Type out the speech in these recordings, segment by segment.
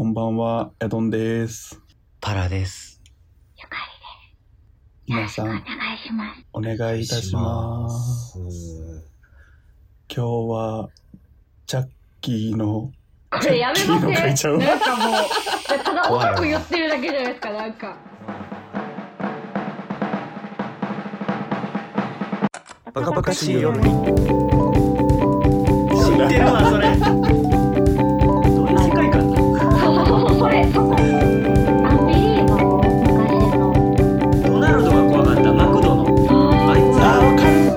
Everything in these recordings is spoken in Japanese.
こんばんは、ヤドンです。 パラです。 ゆかりです。皆さん、 お願いします。 お願いいたします。今日は、チャッキーの、 これやめません。 なんかもう、 ただ音楽言ってるだけじゃないですか、なんか。 バカバカしいよ。知ってるわ、それ。どういう世界観だ。 そう、それ、そこ。アンビリーバボー、昔の。 ドナルドが怖かった、マクドの。あいつ。 わかる。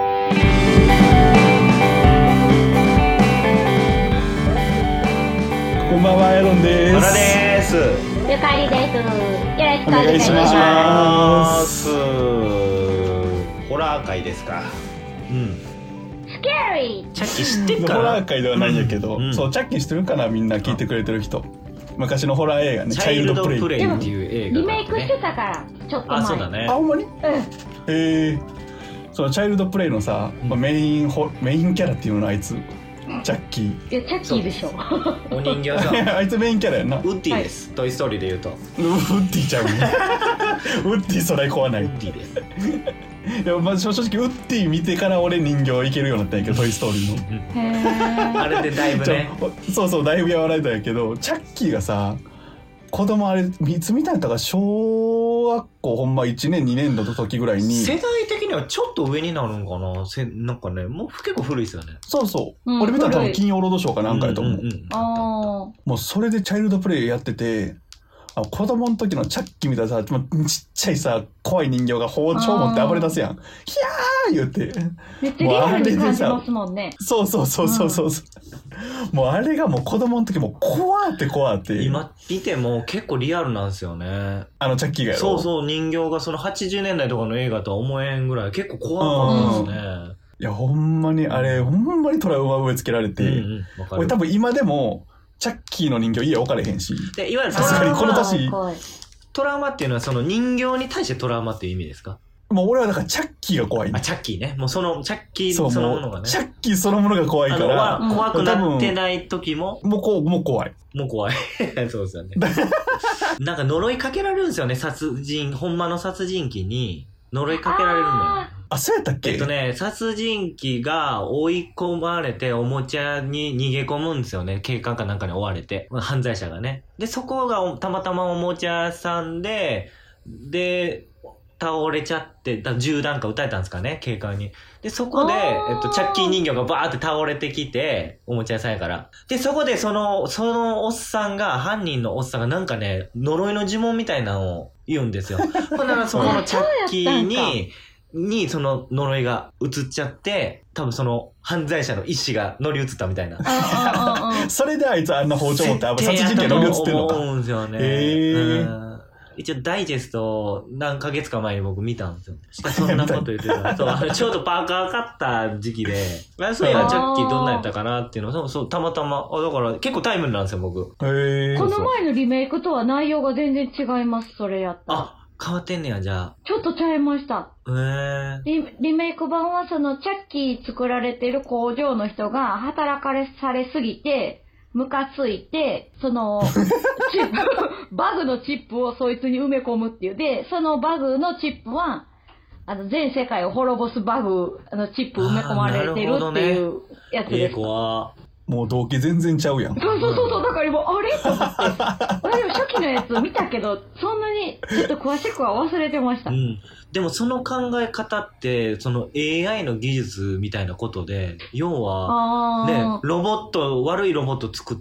こんばんは、ヤドンです。 パラです。 ゆかりです。よろしくお願いし願いしまます。 ホラー界ですか。うん。 スケーリー。 チャッキー知ってっかな。 ホラー界ではないんやけど、そう、チャッキー知ってるかな、みんな聞いてくれてる人。昔のホラー映画ね、 チャイルドプレイっていう映画、 リメイクしてたから、ちょっと前。 あ、そうだね。 あ、ほんまに？そのチャイルドプレイのさ、メインキャラっていうのあいつ。チャッキー。 いや、チャッキーでしょ。 お人形さん。 あいつメインキャラやんな。 ウッディです。トイストーリーで言うと。 ウッディちゃうね。ウッディそれ怖ない。 ウッディです。 いや、まあ、正直ウッディ見てから俺人形いけるようになったんやけど、トイストーリーの。 あれでだいぶね。 そうそう、だいぶ和らいだんやけど、チャッキーがさ、子供あれいつ見たんやったか、小学校ほんま1年2年の時ぐらいに。 世代的にはちょっと上になるんかな。なんかね、もう結構古いですよね。 そうそう、俺見たら多分金曜ロードショーかなんかやと思う。もうそれでチャイルドプレイやってて、子供の時のチャッキーみたいなさ、ちっちゃいさ、怖い人形が包丁持って暴れ出すやん。ヒャー言って。 めっちゃリアルに感じますもんね。 そうそうそうそうそう。もうあれがもう子供の時も怖って。 今見ても結構リアルなんですよね。 チャッキーがやろ。 そうそう、人形がその80年代とかの映画とは思えんぐらい結構怖かったですね。 いや、ほんまにあれ、ほんまにトラウマ植え付けられて、俺多分今でも、チャッキーの人形家置かれへんし。 で、いわゆるさすがにこの年。 トラウマっていうのはその人形に対してトラウマっていう意味ですか？ もう俺はだからチャッキーが怖いね。 チャッキーね。もうそのチャッキーそのものがね。 チャッキーそのものが怖いから。 怖くなってない時も。 もう怖い。 もう怖い。そうですよね。なんか呪いかけられるんですよね。ほんまの殺人鬼に呪いかけられるんだよ。 あ、そうやったっけ？ 殺人鬼が追い込まれておもちゃに逃げ込むんですよね。警官かなんかに追われて。犯罪者がね。で、そこがたまたまおもちゃ屋さんで、倒れちゃって、銃弾か撃たれたんですかね、警官に。で、そこで、チャッキー人形がバーって倒れてきて、おもちゃ屋さんやから。で、そこでそのおっさんが、犯人のおっさんがなんかね、呪いの呪文みたいなのを言うんですよ。ほんならそこのチャッキーにその呪いが移っちゃって、多分その犯罪者の意志が乗り移ったみたいな。 それであいつあんな包丁持って殺人鬼が乗り移ってんのか。 思うんですよね。一応ダイジェスト何ヶ月か前に僕見たんですよ。しかしそんなこと言ってた。そう、ちょうどパーカー買った時期で、そういや、チャッキーどんなんやったかなっていうのを、そう、たまたま、だから結構タイムリーなんですよ、僕。 この前のリメイクとは内容が全然違います、それやったら。 変わってんねや、じゃあ。 ちょっとちゃいました。リメイク版はそのチャッキー作られてる工場の人が働かされすぎて、ムカついて、その、バグのチップをそいつに埋め込むっていう。で、そのバグのチップは、全世界を滅ぼすバグ、チップ埋め込まれてるっていうやつです。 もう動機全然ちゃうやん。 そう、だから今、あれと思って。私も初期のやつ見たけど、そんなにちょっと詳しくは忘れてました。 でもその考え方って、その AI の技術みたいなことで、要は、ね、悪いロボット作って、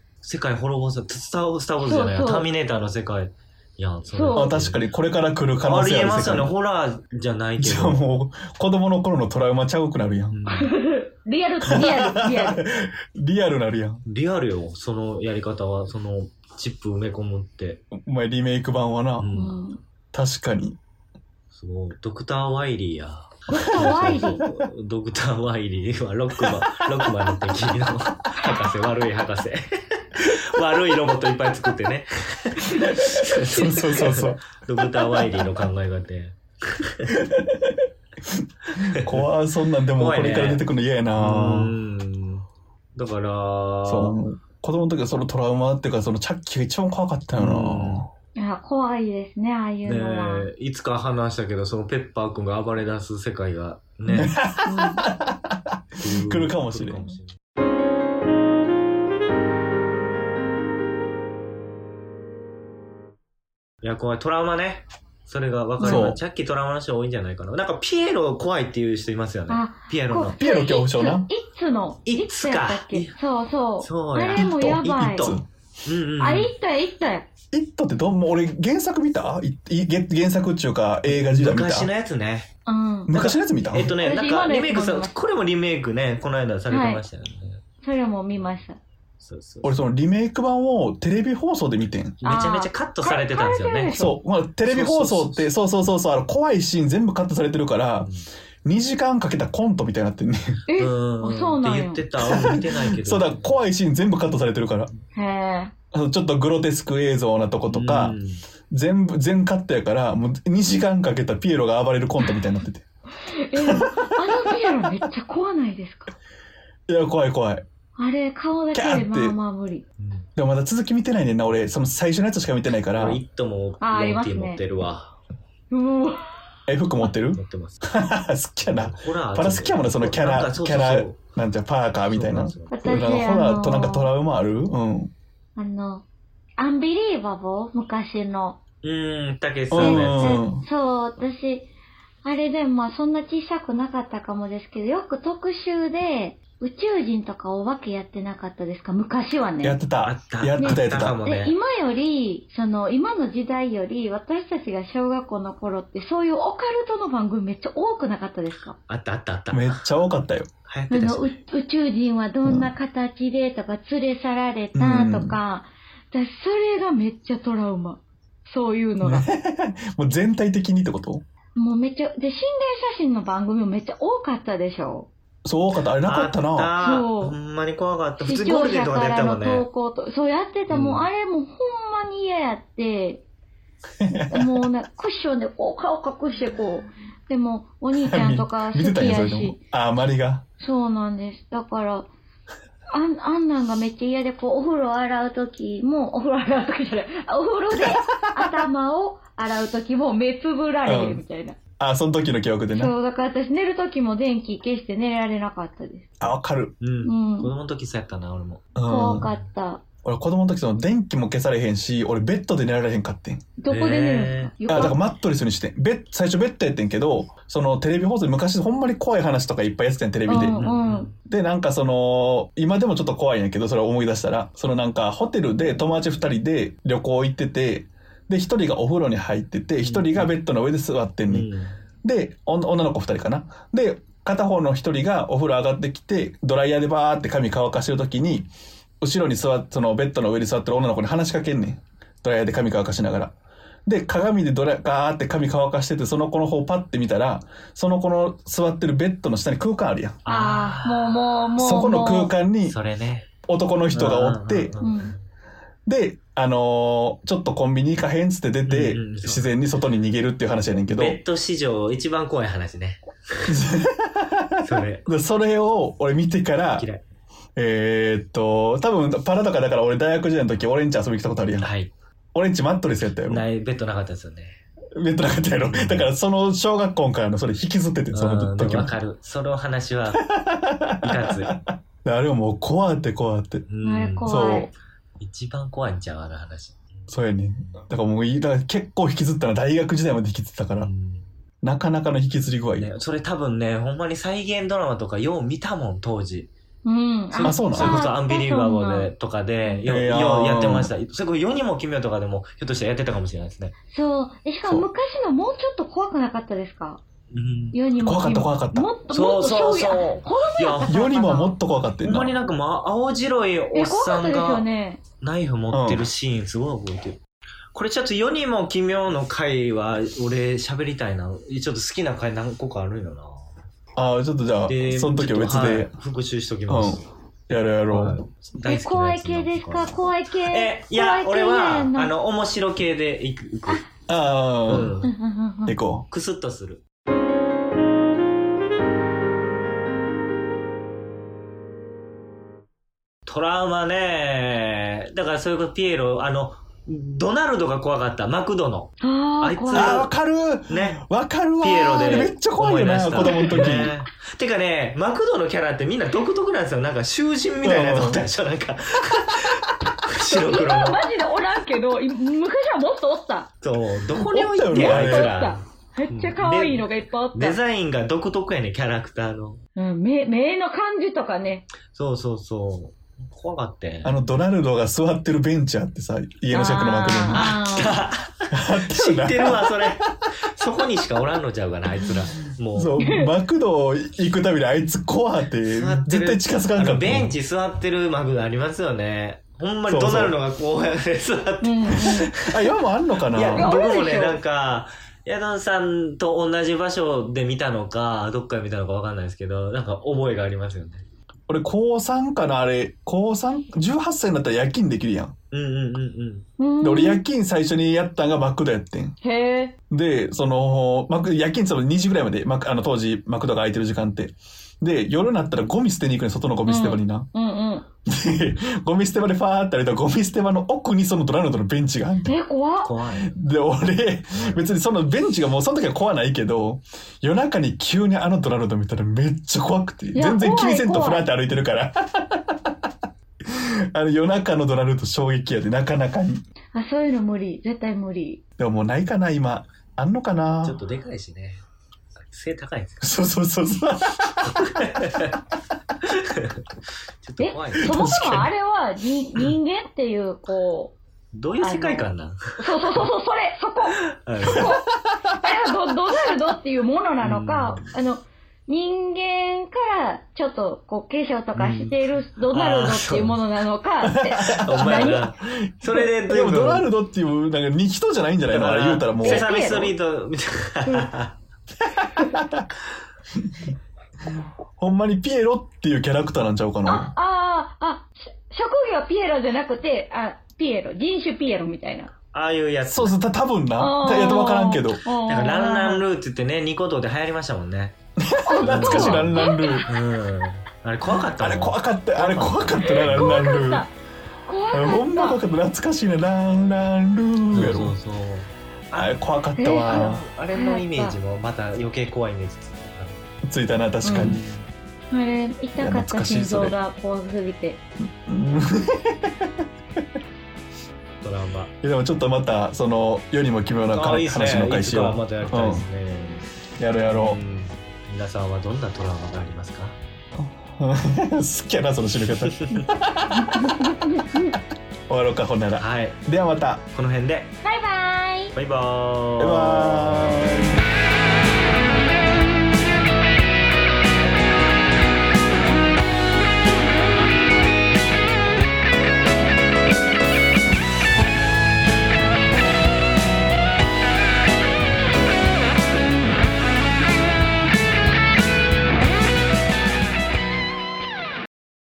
世界滅ぼす、スター・ウォーズじゃない、ターミネーターの世界。いや、 確かにこれから来る可能性ある世界。 ありえますよね、ホラーじゃないけど。 じゃあもう、子供の頃のトラウマちゃうくなるやん。 リアル。 リアルなるやん。 リアルよ、そのやり方は、その、チップ埋め込むって。 お前リメイク版はな。確かに。 そう、ドクター・ワイリーや。 ドクター・ワイリードクター・ワイリーはロックマンの敵の博士、悪い博士。悪いロボットいっぱい作ってね。 そう。 ドクター・ワイリーの考え方。 そんなんでもこれから出てくるの嫌やな。 だから、 子供の時はそのトラウマっていうか、そのチャッキーが一番怖かったよな。 いや、怖いですね、ああいうのは。 ねえ、いつか話したけど、そのペッパーくんが暴れ出す世界がね、 来るかもしれん。 いや、怖い。トラウマね。それが分かるな。チャッキートラウマの人多いんじゃないかな。なんかピエロ怖いっていう人いますよね。ピエロの。 ピエロ恐怖症な。 いつか。 そうそう。 そうや。 あれもやばい。あ、イットや。 イットって俺原作見た？原作っていうか映画時代見た？ 昔のやつね。 うん。 昔のやつ見た？ なんかリメイクこれもリメイクね、この間されてましたよね。 それも見ました。 俺そのリメイク版をテレビ放送で見てん。 めちゃめちゃカットされてたんですよね。 そう。テレビ放送って、そう怖いシーン全部カットされてるから、2時間かけたコントみたいになってんね。 そうなんやって言ってた。見てないけど。 そうだ、怖いシーン全部カットされてるから。 へちょっとグロテスク映像なとことか、全カットやから、もう2時間かけたピエロが暴れるコントみたいになってて。 あのピエロめっちゃ怖ないですか？ いや、怖い。 あれ、顔だけでまあ無理。 でもまだ続き見てないねんな、俺。その最初のやつしか見てないから。 イットも4期持ってるわ。 服持ってる？ 持ってます。 好きやな。パラ好きやもんな、そのキャラ、なんていうパーカーみたいな。ホラーとなんかトラウマある？ アンビリーバボー昔の。 たけしさんのやつ。そう、私、あれでもそんな小さくなかったかもですけど、よく特集で、宇宙人とかお化けやってなかったですか？昔はね。 やってた。 で、今の時代より、私たちが小学校の頃って、そういうオカルトの番組めっちゃ多くなかったですか？ あった。 めっちゃ多かったよ。 宇宙人はどんな形でとか、連れ去られたとか、それがめっちゃトラウマ。そういうのが。 もう全体的にってこと？ もうめっちゃ、で、心霊写真の番組もめっちゃ多かったでしょ？ そう多かった。あれなかったな。 そう。 ほんまに怖かった。 普通ゴールデンとかでやったもんね。視聴者からの投稿と、そうやってた。もうあれもうほんまに嫌やって、もうね、クッションでこう顔隠してこう。でも、お兄ちゃんとか好きやし。 マリが。 そうなんです。だから、あんなんがめっちゃ嫌で、こう、お風呂洗うときも、お風呂洗うときじゃない、お風呂で頭を洗うときも目つぶられるみたいな。 その時の記憶でね。 そう、だから私寝るときも電気消して寝られなかったです。 わかる。 子供の時そうやったな、俺も。 怖かった。 俺子供の時その電気も消されへんし、俺ベッドで寝られへんかってん。 どこで寝るんですか？ だからマットレスにしてん。最初ベッドやってんけど、そのテレビ放送で昔ほんまに怖い話とかいっぱいやってたん、テレビで。で、なんか今でもちょっと怖いんやけど、それを思い出したら、なんかホテルで友達2人で旅行行ってて、で、1人がお風呂に入ってて、1人がベッドの上で座ってんねん。で、女の子2人かな。で、片方の1人がお風呂上がってきて、ドライヤーでバーって髪乾かしてる時に、後ろにそのベッドの上に座ってる女の子に話しかけんねん。ドライヤーで髪乾かしながら。で、鏡でガーって髪乾かしてて、その子の方をパッて見たら、その子の座ってるベッドの下に空間あるやん。 もう。 そこの空間に、男の人がおって、で、ちょっとコンビニ行かへんつって出て、自然に外に逃げるっていう話やねんけど。 ベッド史上一番怖い話ね。 それを俺見てから、 嫌い。 多分パラとかだから俺大学時代の時俺んち遊びに来たことあるやん。 はい。 俺んちマットレスやったよ。 ベッドなかったですよね。 ベッドなかったやろ。だからその小学校からのそれ引きずってて、その時も。 わかる。その話は、いかつい。 あれはもう怖って。 あれ怖い。 一番怖いんちゃう、あの話。 そうやね。だからもう結構引きずったの、大学時代まで引きずったから。なかなかの引きずり具合。 それ多分ね、ほんまに再現ドラマとかよう見たもん、当時。 そうなの？ それこそアンビリーバボーでとかで、ようやってました。それこそ世にも奇妙とかでも、ひょっとしたらやってたかもしれないですね。 そう。しかも昔のもうちょっと怖くなかったですか？世にも怖かった。 もっとそう。 世にももっと怖かったよな。 ほんまになんか青白いおっさんがナイフ持ってるシーンすごい覚えてる。これちょっと世にも奇妙の回は俺喋りたいな。ちょっと好きな回何個かあるよな。 ちょっとじゃあ、その時は別で。 復習しときます。 やろう。 怖い系ですか？怖い系。 いや、俺は、面白系でいく。 行こう。 クスッとする。 トラウマね。だからそういうこと、ピエロ、ドナルドが怖かった。マクドの。 あいつ。 わかるね。 わかるわ。 ピエロで。 めっちゃ怖いよな、子供の時。 てかね、マクドのキャラってみんな独特なんですよ。なんか囚人みたいなやつおったでしょ、なんか。白黒の。 今はマジでおらんけど、昔はもっとおった。 そう、どこに置いてんあいつら。 めっちゃ可愛いのがいっぱいあった。 デザインが独特やね、キャラクターの。 目の感じとかね。 そうそうそう。怖かったよ。 ドナルドが座ってるベンチあってさ、家の近くのマクドに。 あった。知ってるわ、それ。そこにしかおらんのちゃうかな、あいつら。もう。 そう、マクド行くたびにあいつ怖って絶対近づかんかった。 ベンチ座ってるマクドありますよね。ほんまにドナルドがこうやって座って。 あ、今もあんのかな。 いや、僕もね、なんか、ヤドンさんと同じ場所で見たのか、どっかで見たのかわかんないですけど、なんか覚えがありますよね。 俺、高3かな、あれ。高 3?18 歳になったら夜勤できるやん。で、俺夜勤最初にやったんがマクドやってん。 へー。で、夜勤って2時ぐらいまで、当時マクドが空いてる時間って。で、夜になったらゴミ捨てに行くね、外のゴミ捨て場にな。で、ゴミ捨て場でファーって歩いたらゴミ捨て場の奥にそのドナルドのベンチがあって。 怖い。 で、俺、別にそのベンチがもうその時は怖ないけど、夜中に急にドナルド見たらめっちゃ怖くて、全然気にせんとフラーって歩いてるから。夜中のドナルド衝撃やで、なかなかに。 あ、そういうの無理。絶対無理。 でももうないかな、今。あんのかな。 ちょっとでかいしね。背高いんですよ。そう。ちょっと怖い。 そもそもあれは人間っていうこう。 どういう世界観なん？ そこ。あれはドナルドっていうものなのか、人間からちょっとこう化粧とかしているドナルドっていうものなのかって。 お前な。それででもドナルドっていうなんか人じゃないんじゃないの？あれ言うたらもう。 セサミストリートみたいな。 ほんまにピエロっていうキャラクターなんちゃうかな。 職業ピエロじゃなくて、ピエロ、人種ピエロみたいな。 ああいうやつ。 そう、多分な。わからんけど。 なんかランランルーって言ってね、ニコ動で流行りましたもんね。 懐かしいランランルー。 あれ怖かったもん。 あれ怖かったな、ランランルー。ほんま怖かった。懐かしいね、ランランルーやろ。そう。あれ怖かったわ。 あれのイメージもまた余計怖いイメージついたな、確かに。 あれ、痛かった心臓が怖すぎて。 ドラマ。 でもちょっとまた、世にも奇妙な話の回しよう。 またやりたいですね。 やろう。 皆さんはどんなトラウマがありますか？ 好きやな、その死に方。終わろうか、ほんなら。 はい。 ではまた。 この辺で。 バイバイ。 バイバーイ。